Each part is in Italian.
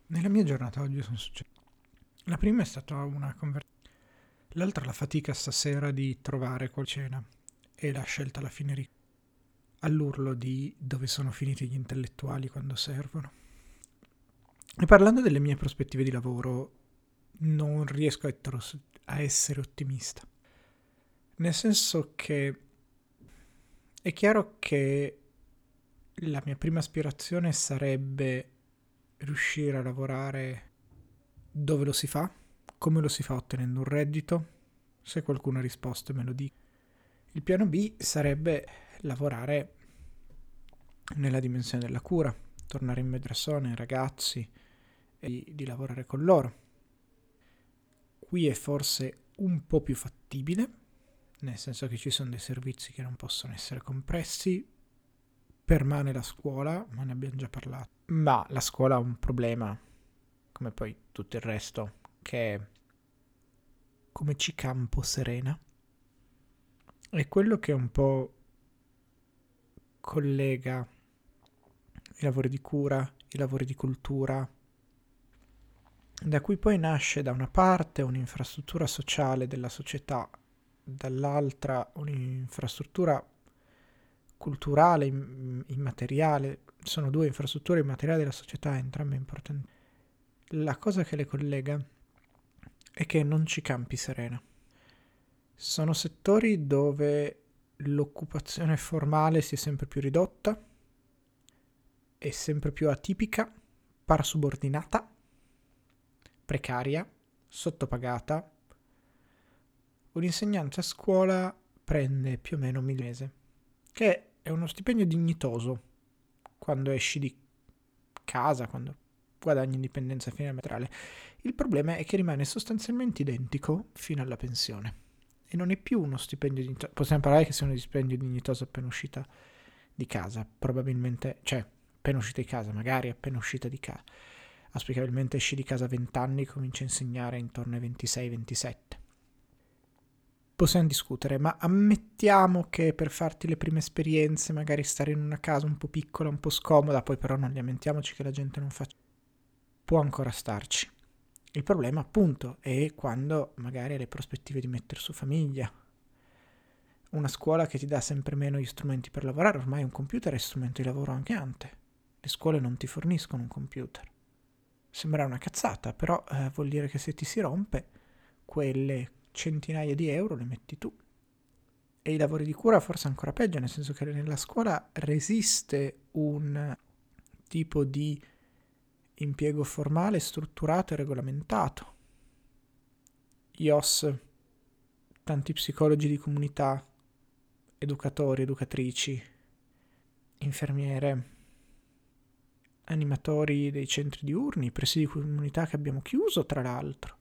Nella mia giornata oggi sono successe. La prima è stata una conversazione, l'altra la fatica stasera di trovare cena e la scelta alla fine all'urlo di dove sono finiti gli intellettuali quando servono. E parlando delle mie prospettive di lavoro, non riesco a essere ottimista. Nel senso che è chiaro che la mia prima aspirazione sarebbe riuscire a lavorare dove lo si fa, come lo si fa ottenendo un reddito. Se qualcuno ha risposto me lo dica. Il piano B sarebbe lavorare nella dimensione della cura, tornare in mezzo alle persone, ai ragazzi e di lavorare con loro. Qui è forse un po' più fattibile, nel senso che ci sono dei servizi che non possono essere compressi. Permane la scuola, ma ne abbiamo già parlato. Ma la scuola ha un problema, come poi tutto il resto, che è come Campo Serena. È quello che un po' collega i lavori di cura, i lavori di cultura, da cui poi nasce da una parte un'infrastruttura sociale della società, dall'altra un'infrastruttura culturale, immateriale. Sono due infrastrutture immateriali della società, entrambe importanti. La cosa che le collega è che non ci campi Serena. Sono settori dove l'occupazione formale si è sempre più ridotta, è sempre più atipica, parasubordinata, precaria, sottopagata. Un insegnante a scuola prende più o meno 1.000 mese, che è uno stipendio dignitoso quando esci di casa, quando guadagni indipendenza finanziaria. Il problema è che rimane sostanzialmente identico fino alla pensione e non è più uno stipendio dignitoso. Possiamo parlare che sia uno stipendio dignitoso appena uscita di casa, probabilmente, cioè appena uscita di casa, magari appena uscita di casa. Auspicabilmente esci di casa a 20 anni e cominci a insegnare intorno ai 26-27. Possiamo discutere, ma ammettiamo che per farti le prime esperienze, magari stare in una casa un po' piccola, un po' scomoda, poi però non lamentiamoci che la gente non faccia, può ancora starci. Il problema appunto è quando magari hai le prospettive di mettere su famiglia. Una scuola che ti dà sempre meno gli strumenti per lavorare, ormai un computer è strumento di lavoro anche ante. Le scuole non ti forniscono un computer. Sembra una cazzata, però vuol dire che se ti si rompe, quelle centinaia di euro le metti tu. E i lavori di cura forse ancora peggio, nel senso che nella scuola resiste un tipo di impiego formale, strutturato e regolamentato. IOS, tanti psicologi di comunità, educatori, educatrici, infermiere, animatori dei centri diurni, presidi di comunità che abbiamo chiuso tra l'altro,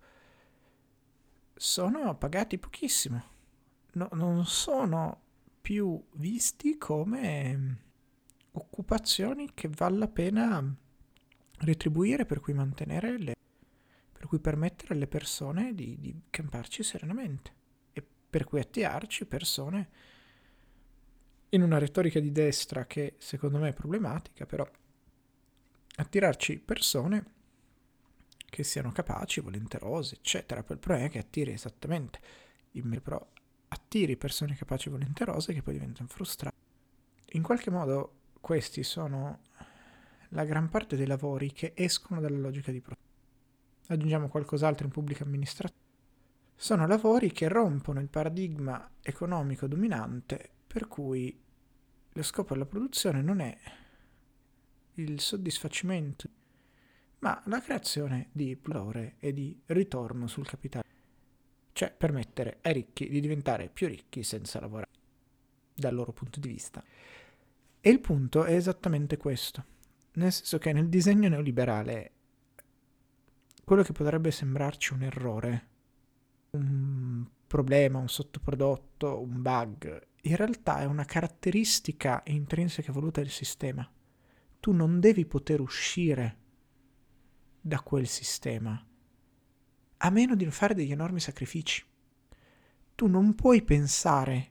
sono pagati pochissimo. Non sono più visti come occupazioni che vale la pena retribuire, per cui per cui permettere alle persone di camparci serenamente e per cui attirarci persone in una retorica di destra che secondo me è problematica, però attirarci persone che siano capaci, volenterose, eccetera. Poi il problema è che attiri esattamente però attiri persone capaci e volenterose che poi diventano frustrate. In qualche modo questi sono la gran parte dei lavori che escono dalla logica di profitto. Aggiungiamo qualcos'altro in pubblica amministrazione. Sono lavori che rompono il paradigma economico dominante per cui lo scopo della produzione non è il soddisfacimento, ma la creazione di valore e di ritorno sul capitale. Cioè permettere ai ricchi di diventare più ricchi senza lavorare, dal loro punto di vista. E il punto è esattamente questo. Nel senso che nel disegno neoliberale quello che potrebbe sembrarci un errore, un problema, un sottoprodotto, un bug, in realtà è una caratteristica intrinseca evoluta del sistema. Tu non devi poter uscire da quel sistema, a meno di non fare degli enormi sacrifici. Tu non puoi pensare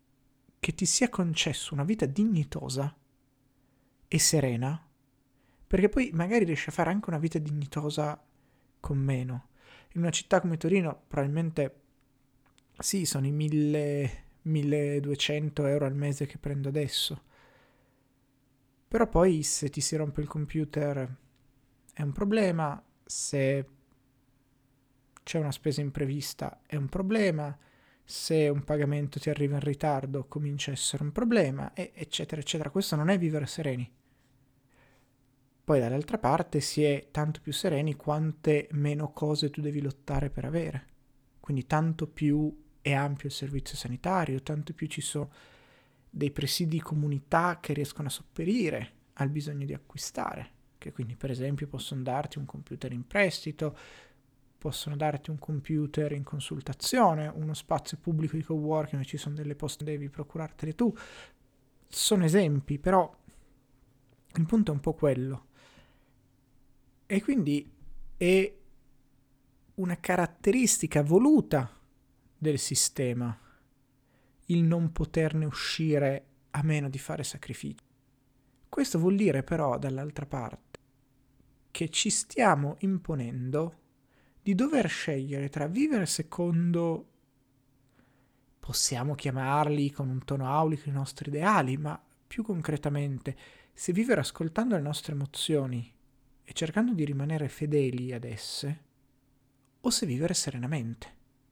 che ti sia concesso una vita dignitosa e serena perché poi magari riesci a fare anche una vita dignitosa con meno. In una città come Torino probabilmente sì, sono i 1200 euro al mese che prendo adesso, però poi se ti si rompe il computer è un problema, se c'è una spesa imprevista è un problema, se un pagamento ti arriva in ritardo comincia a essere un problema, eccetera, eccetera. Questo non è vivere sereni. Poi dall'altra parte si è tanto più sereni quante meno cose tu devi lottare per avere. Quindi tanto più è ampio il servizio sanitario, tanto più ci sono dei presidi comunità che riescono a sopperire al bisogno di acquistare, che quindi per esempio possono darti un computer in prestito, possono darti un computer in consultazione, uno spazio pubblico di coworking dove ci sono delle poste, devi procurartele tu. Sono esempi, però il punto è un po' quello. E quindi è una caratteristica voluta del sistema il non poterne uscire a meno di fare sacrifici. Questo vuol dire però dall'altra parte che ci stiamo imponendo di dover scegliere tra vivere secondo, possiamo chiamarli con un tono aulico, i nostri ideali, ma più concretamente, se vivere ascoltando le nostre emozioni e cercando di rimanere fedeli ad esse, o se vivere serenamente.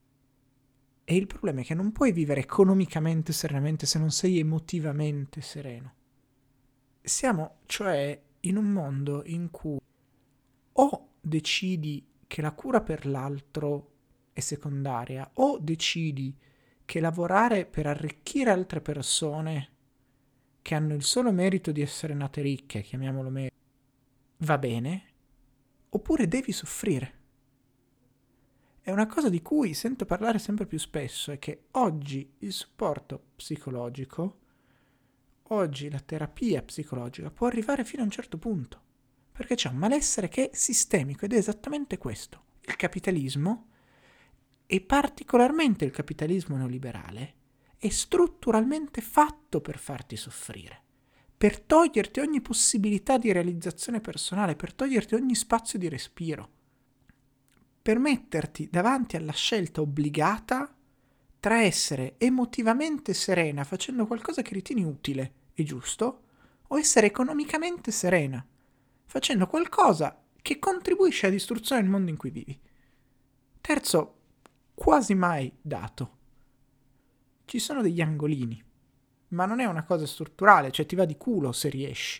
E il problema è che non puoi vivere economicamente serenamente se non sei emotivamente sereno. Siamo cioè in un mondo in cui o decidi che la cura per l'altro è secondaria, o decidi che lavorare per arricchire altre persone che hanno il solo merito di essere nate ricche, chiamiamolo merito, va bene, oppure devi soffrire. È una cosa di cui sento parlare sempre più spesso, è che oggi il supporto psicologico, oggi la terapia psicologica può arrivare fino a un certo punto, perché c'è un malessere che è sistemico ed è esattamente questo. Il capitalismo, e particolarmente il capitalismo neoliberale, è strutturalmente fatto per farti soffrire, per toglierti ogni possibilità di realizzazione personale, per toglierti ogni spazio di respiro, per metterti davanti alla scelta obbligata tra essere emotivamente serena facendo qualcosa che ritieni utile e giusto, o essere economicamente serena facendo qualcosa che contribuisce alla distruzione del mondo in cui vivi. Terzo, quasi mai dato. Ci sono degli angolini, ma non è una cosa strutturale, cioè ti va di culo se riesci.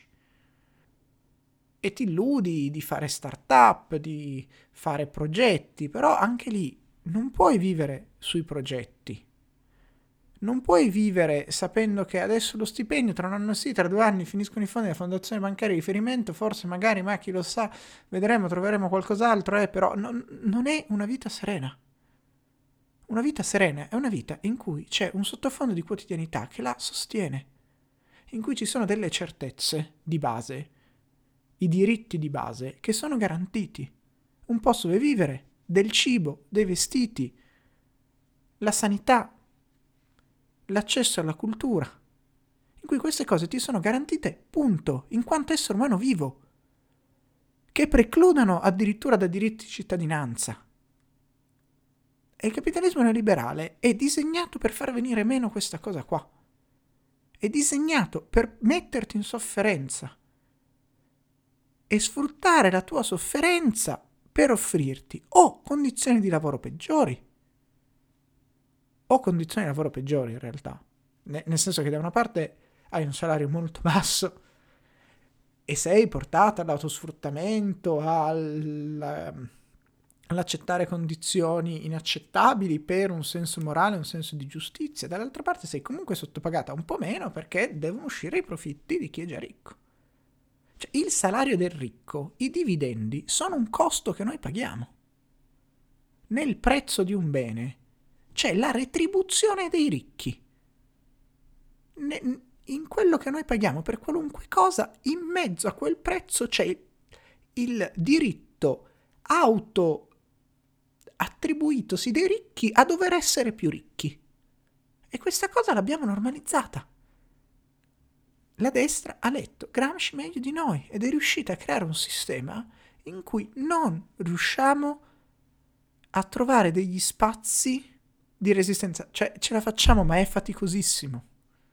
E ti illudi di fare start-up, di fare progetti, però anche lì non puoi vivere sui progetti. Non puoi vivere sapendo che adesso lo stipendio tra un anno sì, tra 2 anni finiscono i fondi della fondazione bancaria di riferimento, forse magari, ma chi lo sa, vedremo, troveremo qualcos'altro, però non è una vita serena. Una vita serena è una vita in cui c'è un sottofondo di quotidianità che la sostiene, in cui ci sono delle certezze di base, i diritti di base che sono garantiti. Un posto dove vivere, del cibo, dei vestiti, la sanità, l'accesso alla cultura, in cui queste cose ti sono garantite, punto, in quanto essere umano vivo, che precludono addirittura da diritti di cittadinanza. E il capitalismo neoliberale è disegnato per far venire meno questa cosa qua. È disegnato per metterti in sofferenza e sfruttare la tua sofferenza per offrirti o condizioni di lavoro peggiori, o condizioni di lavoro peggiori in realtà, nel senso che da una parte hai un salario molto basso e sei portato all'autosfruttamento, all'accettare condizioni inaccettabili per un senso morale, un senso di giustizia, dall'altra parte sei comunque sottopagata un po' meno perché devono uscire i profitti di chi è già ricco. Cioè, il salario del ricco, i dividendi, sono un costo che noi paghiamo. Nel prezzo di un bene c'è la retribuzione dei ricchi. In quello che noi paghiamo per qualunque cosa, in mezzo a quel prezzo c'è il diritto auto attribuitosi dei ricchi a dover essere più ricchi. E questa cosa l'abbiamo normalizzata. La destra ha letto Gramsci meglio di noi ed è riuscita a creare un sistema in cui non riusciamo a trovare degli spazi di resistenza. Cioè, ce la facciamo, ma è faticosissimo.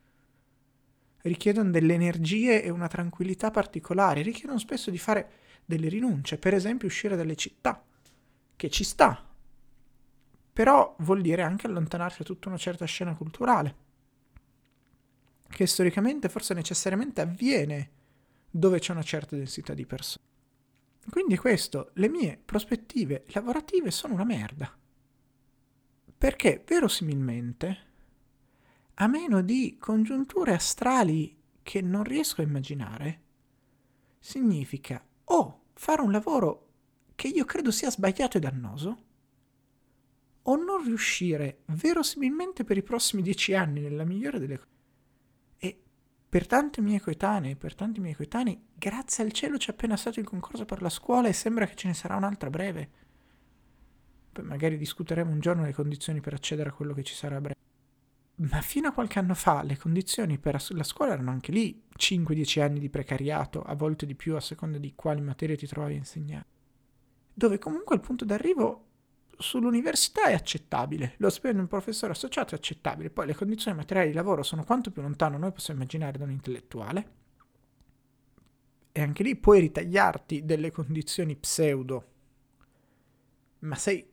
Richiedono delle energie e una tranquillità particolari, richiedono spesso di fare delle rinunce, per esempio uscire dalle città, che ci sta, però vuol dire anche allontanarsi da tutta una certa scena culturale, che storicamente forse necessariamente avviene dove c'è una certa densità di persone. Quindi questo, le mie prospettive lavorative sono una merda, perché verosimilmente, a meno di congiunture astrali che non riesco a immaginare, significa o fare un lavoro che io credo sia sbagliato e dannoso, o non riuscire verosimilmente per i prossimi 10 anni, nella migliore delle cose. E per tanti miei coetanei, grazie al cielo c'è appena stato il concorso per la scuola e sembra che ce ne sarà un'altra a breve. Poi magari discuteremo un giorno le condizioni per accedere a quello che ci sarà a breve. Ma fino a qualche anno fa le condizioni per la scuola erano anche lì 5-10 anni di precariato, a volte di più a seconda di quali materie ti trovavi a insegnare. Dove comunque il punto d'arrivo sull'università è accettabile, lo stipendio di un professore associato è accettabile, poi le condizioni materiali di lavoro sono quanto più lontano noi possiamo immaginare da un intellettuale, e anche lì puoi ritagliarti delle condizioni pseudo, ma sei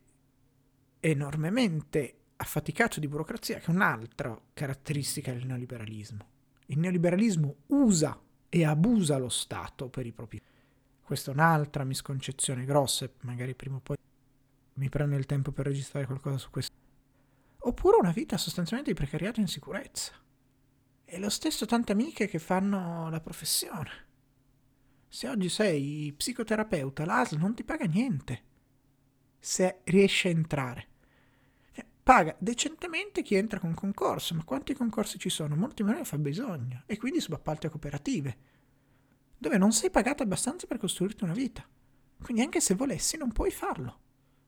enormemente affaticato di burocrazia, che è un'altra caratteristica del neoliberalismo. Il neoliberalismo usa e abusa lo Stato per i propri... Questa è un'altra misconcezione grossa, e magari prima o poi mi prendo il tempo per registrare qualcosa su questo. Oppure una vita sostanzialmente di precariato e insicurezza. E lo stesso tante amiche che fanno la professione. Se oggi sei psicoterapeuta, l'ASL non ti paga niente se riesci a entrare. Paga decentemente chi entra con concorso, ma quanti concorsi ci sono? Molti meno ne fa bisogno, e quindi subappalti a cooperative, dove non sei pagato abbastanza per costruirti una vita. Quindi anche se volessi non puoi farlo.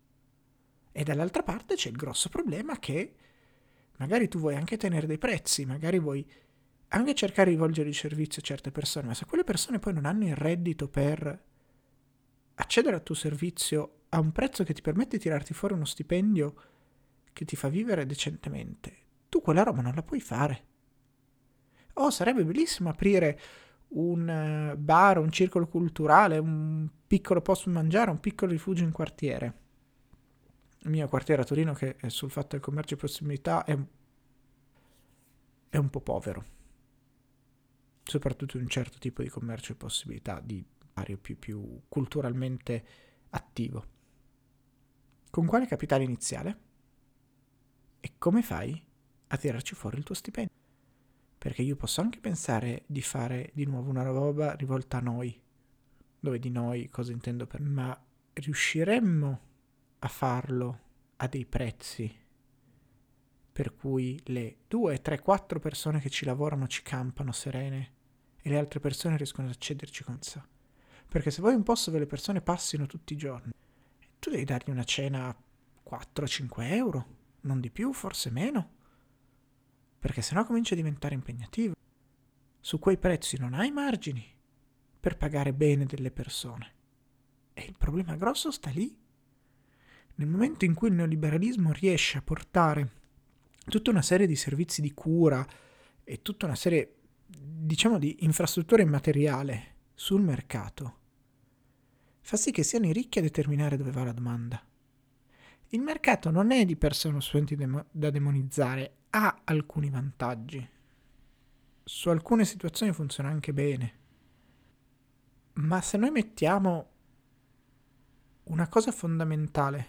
E dall'altra parte c'è il grosso problema che magari tu vuoi anche tenere dei prezzi, magari vuoi anche cercare di rivolgere il servizio a certe persone, ma se quelle persone poi non hanno il reddito per accedere al tuo servizio a un prezzo che ti permette di tirarti fuori uno stipendio che ti fa vivere decentemente, tu quella roba non la puoi fare. Sarebbe bellissimo aprire un bar, un circolo culturale, un piccolo posto per mangiare, un piccolo rifugio in quartiere. Il mio quartiere a Torino, che è sul fatto del commercio e prossimità, è un po' povero, soprattutto in un certo tipo di commercio e possibilità di vario più culturalmente attivo. Con quale capitale iniziale? E come fai a tirarci fuori il tuo stipendio? Perché io posso anche pensare di fare di nuovo una roba rivolta a noi, dove di noi cosa intendo per... ma riusciremmo a farlo a dei prezzi per cui le 2, 3, 4 persone che ci lavorano ci campano serene e le altre persone riescono ad accederci con sé? Perché se vuoi un posto dove le persone passino tutti i giorni, tu devi dargli una cena a 4-5 euro, non di più, forse meno, perché sennò comincia a diventare impegnativo. Su quei prezzi non hai margini per pagare bene delle persone. E il problema grosso sta lì. Nel momento in cui il neoliberalismo riesce a portare tutta una serie di servizi di cura e tutta una serie, diciamo, di infrastrutture immateriale sul mercato, fa sì che siano i ricchi a determinare dove va la domanda. Il mercato non è di per sé uno strumento da demonizzare, ha alcuni vantaggi. Su alcune situazioni funziona anche bene. Ma se noi mettiamo una cosa fondamentale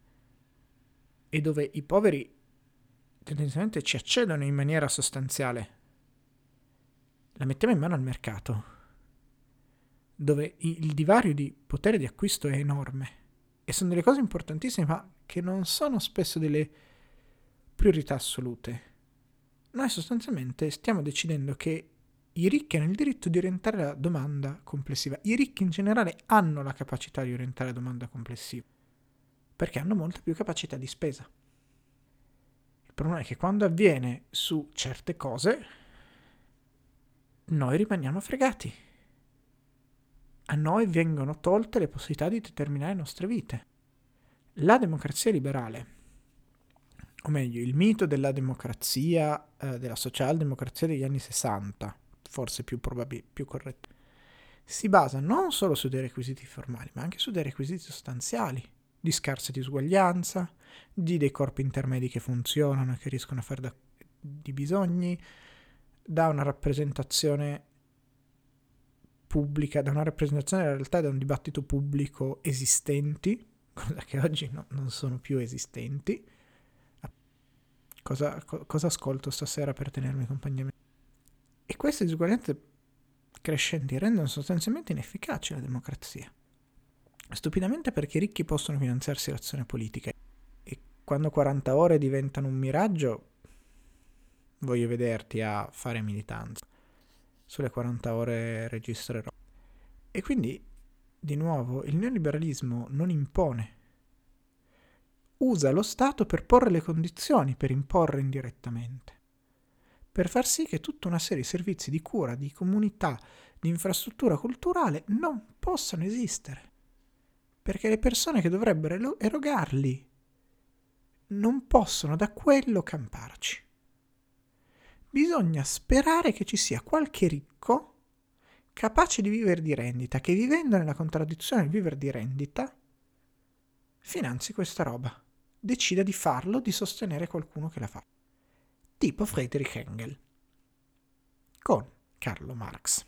e dove i poveri tendenzialmente ci accedono in maniera sostanziale, la mettiamo in mano al mercato, dove il divario di potere di acquisto è enorme e sono delle cose importantissime ma che non sono spesso delle priorità assolute. Noi sostanzialmente stiamo decidendo che i ricchi hanno il diritto di orientare la domanda complessiva. I ricchi in generale hanno la capacità di orientare la domanda complessiva perché hanno molta più capacità di spesa. Il problema è che quando avviene su certe cose noi rimaniamo fregati. A noi vengono tolte le possibilità di determinare le nostre vite. La democrazia liberale, o meglio, il mito della democrazia, della socialdemocrazia degli anni 60, forse più corretto, si basa non solo su dei requisiti formali, ma anche su dei requisiti sostanziali, di scarsa disuguaglianza, di dei corpi intermedi che funzionano e che riescono a fare di bisogni, da una rappresentazione pubblica, da una rappresentazione della realtà e da un dibattito pubblico esistenti, cosa che oggi non sono più esistenti. Cosa ascolto stasera per tenermi compagnia? E queste disuguaglianze crescenti rendono sostanzialmente inefficace la democrazia. Stupidamente perché i ricchi possono finanziarsi l'azione politica e quando 40 ore diventano un miraggio, voglio vederti a fare militanza. Sulle 40 ore registrerò. E quindi, di nuovo, il neoliberalismo non impone. Usa lo Stato per porre le condizioni, per imporre indirettamente, per far sì che tutta una serie di servizi di cura, di comunità, di infrastruttura culturale non possano esistere. Perché le persone che dovrebbero erogarli non possono da quello camparci. Bisogna sperare che ci sia qualche ricco capace di vivere di rendita, che vivendo nella contraddizione del vivere di rendita, finanzi questa roba, decida di farlo, di sostenere qualcuno che la fa. Tipo Friedrich Engels, con Carlo Marx.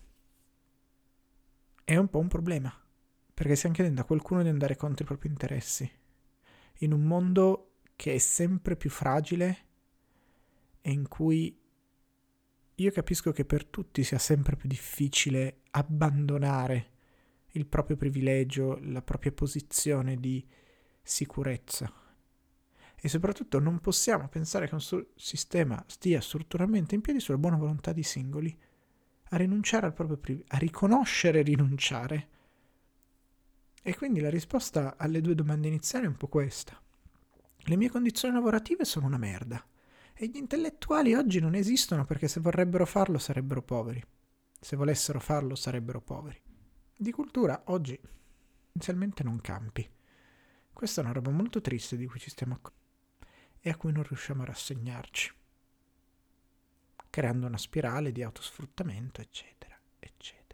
È un po' un problema, perché stiamo chiedendo a qualcuno di andare contro i propri interessi, in un mondo che è sempre più fragile e in cui io capisco che per tutti sia sempre più difficile abbandonare il proprio privilegio, la propria posizione di sicurezza. E soprattutto non possiamo pensare che un sistema stia strutturalmente in piedi sulla buona volontà di singoli, a rinunciare al proprio a riconoscere e rinunciare. E quindi la risposta alle due domande iniziali è un po' questa. Le mie condizioni lavorative sono una merda. E gli intellettuali oggi non esistono perché se vorrebbero farlo sarebbero poveri. Se volessero farlo sarebbero poveri. Di cultura oggi essenzialmente non campi. Questa è una roba molto triste di cui ci stiamo accorgendo e a cui non riusciamo a rassegnarci, creando una spirale di autosfruttamento, eccetera, eccetera.